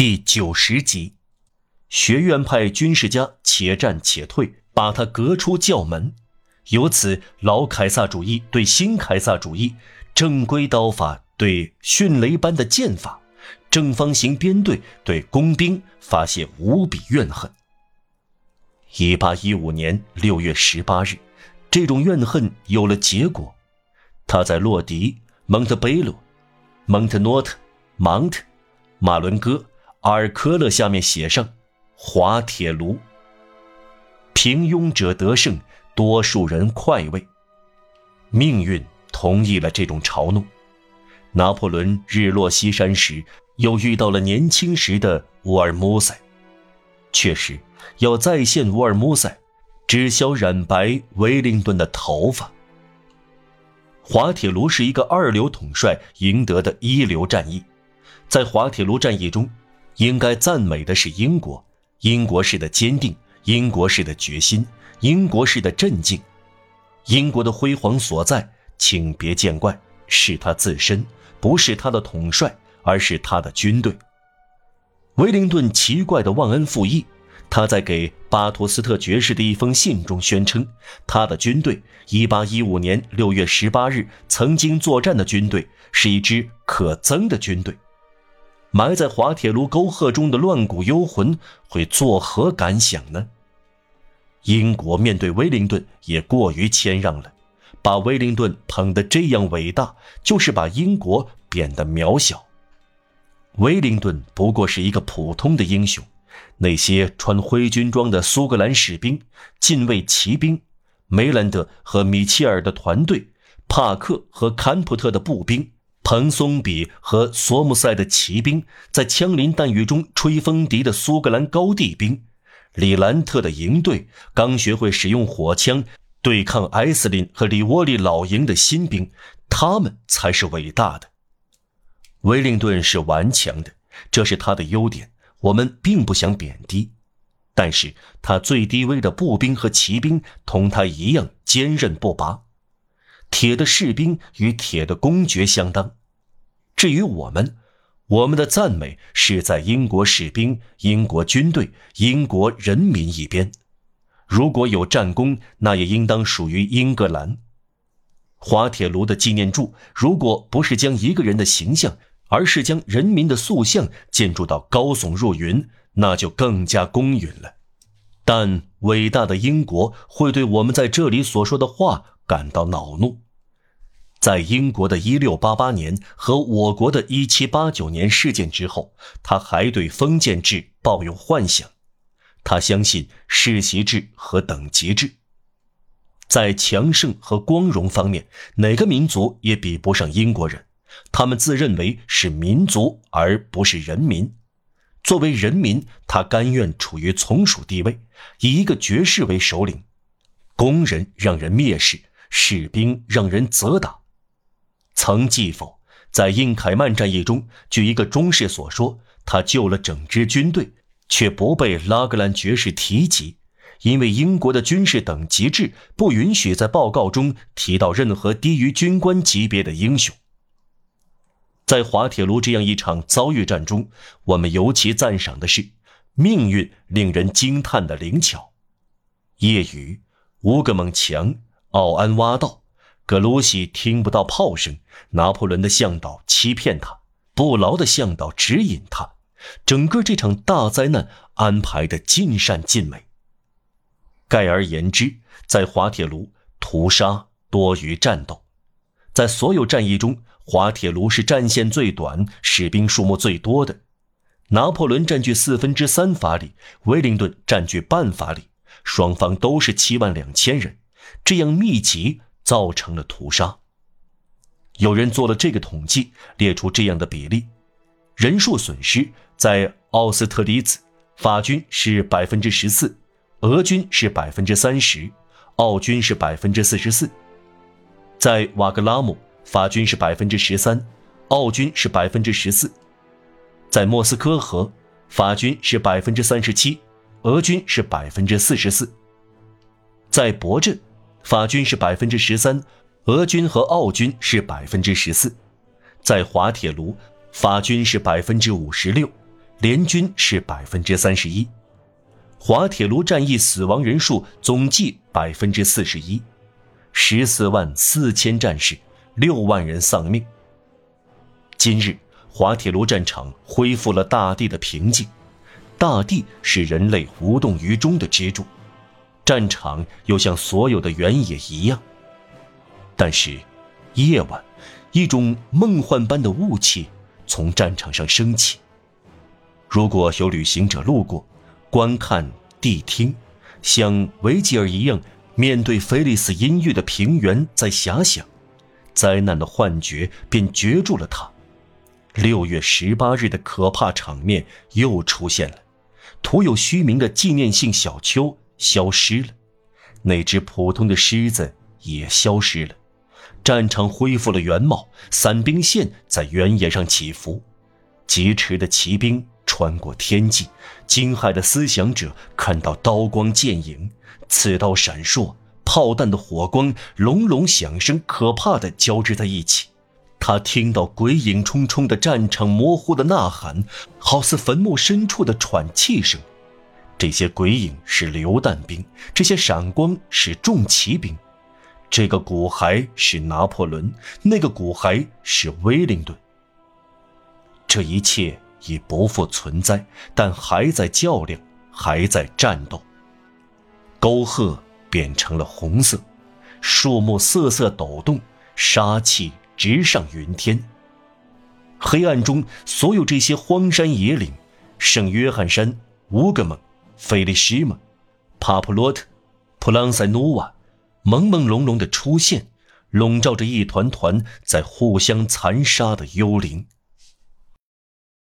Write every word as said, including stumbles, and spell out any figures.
第九十集，学院派军事家且战且退，把他革出教门。由此，老凯撒主义对新凯撒主义，正规刀法对迅雷般的剑法，正方形编队对工兵发泄无比怨恨。一八一五年六月十八日，这种怨恨有了结果。他在洛迪、蒙特贝洛、蒙特诺特、芒特、马伦哥、阿尔科勒下面写上滑铁卢。平庸者得胜，多数人快慰。命运同意了这种嘲弄。拿破仑日落西山时，又遇到了年轻时的乌尔姆塞。确实，要再现乌尔姆塞，只需染白威灵顿的头发。滑铁卢是一个二流统帅赢得的一流战役。在滑铁卢战役中，应该赞美的是英国，英国式的坚定，英国式的决心，英国式的镇静。英国的辉煌所在，请别见怪，是他自身，不是他的统帅，而是他的军队。威灵顿奇怪的忘恩负义，他在给巴托斯特爵士的一封信中宣称，他的军队一八一五年六月十八日曾经作战的军队是一支可憎的军队。埋在滑铁卢沟壑中的乱骨幽魂会作何感想呢？英国面对威灵顿也过于谦让了，把威灵顿捧得这样伟大，就是把英国贬得渺小。威灵顿不过是一个普通的英雄，那些穿灰军装的苏格兰士兵、近卫骑兵、梅兰德和米切尔的团队、帕克和坎普特的步兵、彭松比和索姆塞的骑兵，在枪林弹雨中吹风笛的苏格兰高地兵，里兰特的营队，刚学会使用火枪对抗埃斯林和里沃利老营的新兵，他们才是伟大的。威灵顿是顽强的，这是他的优点，我们并不想贬低。但是他最低微的步兵和骑兵同他一样坚韧不拔。铁的士兵与铁的公爵相当。至于我们，我们的赞美是在英国士兵、英国军队、英国人民一边。如果有战功，那也应当属于英格兰。滑铁卢的纪念柱，如果不是将一个人的形象，而是将人民的塑像建筑到高耸入云，那就更加公允了。但伟大的英国会对我们在这里所说的话感到恼怒。在英国的一六八八年和我国的一七八九年事件之后，他还对封建制抱有幻想。他相信世袭制和等级制。在强盛和光荣方面，哪个民族也比不上英国人。他们自认为是民族而不是人民。作为人民，他甘愿处于从属地位，以一个爵士为首领。工人让人蔑视，士兵让人责打。曾记否，在印凯曼战役中，据一个中士所说，他救了整支军队，却不被拉格兰爵士提及，因为英国的军事等级制不允许在报告中提到任何低于军官级别的英雄。在滑铁卢这样一场遭遇战中，我们尤其赞赏的是命运令人惊叹的灵巧。夜雨，乌格蒙墙，奥安挖道，格鲁西听不到炮声，拿破仑的向导欺骗他，布劳的向导指引他，整个这场大灾难安排得尽善尽美。概而言之，在滑铁卢，屠杀多于战斗。在所有战役中，滑铁卢是战线最短、士兵数目最多的。拿破仑占据四分之三法里，威灵顿占据半法里，双方都是七万两千人，这样密集造成了屠杀。有人做了这个统计，列出这样的比例：人数损失在奥斯特里茨，法军是百分之十四，俄军是百分之三十，奥军是百分之四十四；在瓦格拉姆，法军是百分之十三，奥军是百分之十四；在莫斯科河，法军是百分之三十七，俄军是百分之四十四；在博镇，法军是百分之十三，俄军和奥军是百分之十四；在滑铁卢，法军是百分之五十六， 联军是 百分之三十一， 滑铁卢战役死亡人数总计 百分之四十一， 十四万四千战士，六万人丧命。今日滑铁卢战场恢复了大地的平静，大地是人类无动于衷的支柱，战场又像所有的原野一样。但是夜晚，一种梦幻般的雾气从战场上升起。如果有旅行者路过观看谛听，像维吉尔一样面对菲利斯阴郁的平原在遐想，灾难的幻觉便攫住了他。六月十八日的可怕场面又出现了，徒有虚名的纪念性小丘消失了，那只普通的狮子也消失了，战场恢复了原貌，伞兵线在原野上起伏，疾驰的骑兵穿过天际，惊骇的思想者看到刀光剑影，刺刀闪烁，炮弹的火光隆隆响声可怕地交织在一起。他听到鬼影冲冲的战场模糊的呐喊，好似坟墓深处的喘气声。这些鬼影是榴弹兵，这些闪光是重骑兵，这个骨骸是拿破仑，那个骨骸是威灵顿。这一切已不复存在，但还在较量，还在战斗。沟壑变成了红色，树木瑟瑟抖动，杀气直上云天。黑暗中，所有这些荒山野岭，圣约翰山、乌格蒙、菲利什玛、帕普洛特、普朗塞努瓦，朦朦胧胧地出现，笼罩着一团团在互相残杀的幽灵。